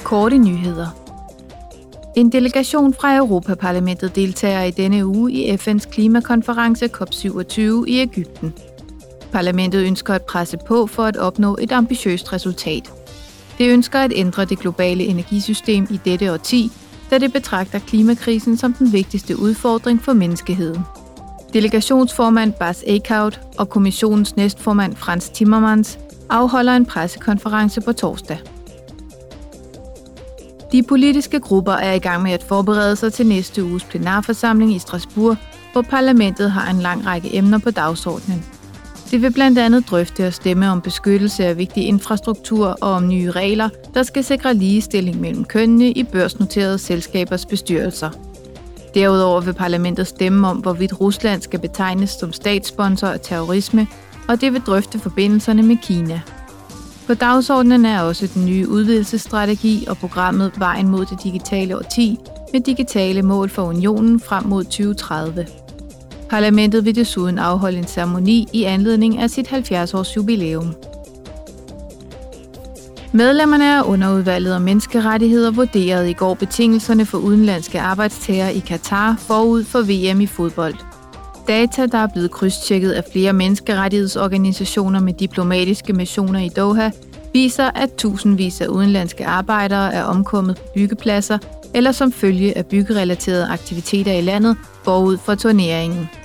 Korte nyheder. En delegation fra Europaparlamentet deltager i denne uge i FN's klimakonference COP27 i Egypten. Parlamentet ønsker at presse på for at opnå et ambitiøst resultat. Det ønsker at ændre det globale energisystem i dette årti, da det betragter klimakrisen som den vigtigste udfordring for menneskeheden. Delegationsformand Bas Eickhout og kommissionens næstformand Frans Timmermans afholder en pressekonference på torsdag. De politiske grupper er i gang med at forberede sig til næste uges plenarforsamling i Strasbourg, hvor parlamentet har en lang række emner på dagsordenen. Det vil blandt andet drøfte og stemme om beskyttelse af vigtig infrastruktur og om nye regler, der skal sikre ligestilling mellem kønnene i børsnoterede selskabers bestyrelser. Derudover vil parlamentet stemme om, hvorvidt Rusland skal betegnes som statssponsor af terrorisme, og det vil drøfte forbindelserne med Kina. På dagsordenen er også den nye udvidelsesstrategi og programmet Vejen mod det digitale årti med digitale mål for unionen frem mod 2030. Parlamentet vil desuden afholde en ceremoni i anledning af sit 70-års jubilæum. Medlemmerne af underudvalget om menneskerettigheder vurderede i går betingelserne for udenlandske arbejdstagere i Katar forud for VM i fodbold. Data, der er blevet krydstjekket af flere menneskerettighedsorganisationer med diplomatiske missioner i Doha, viser, at tusindvis af udenlandske arbejdere er omkommet på byggepladser eller som følge af byggerelaterede aktiviteter i landet forud for turneringen.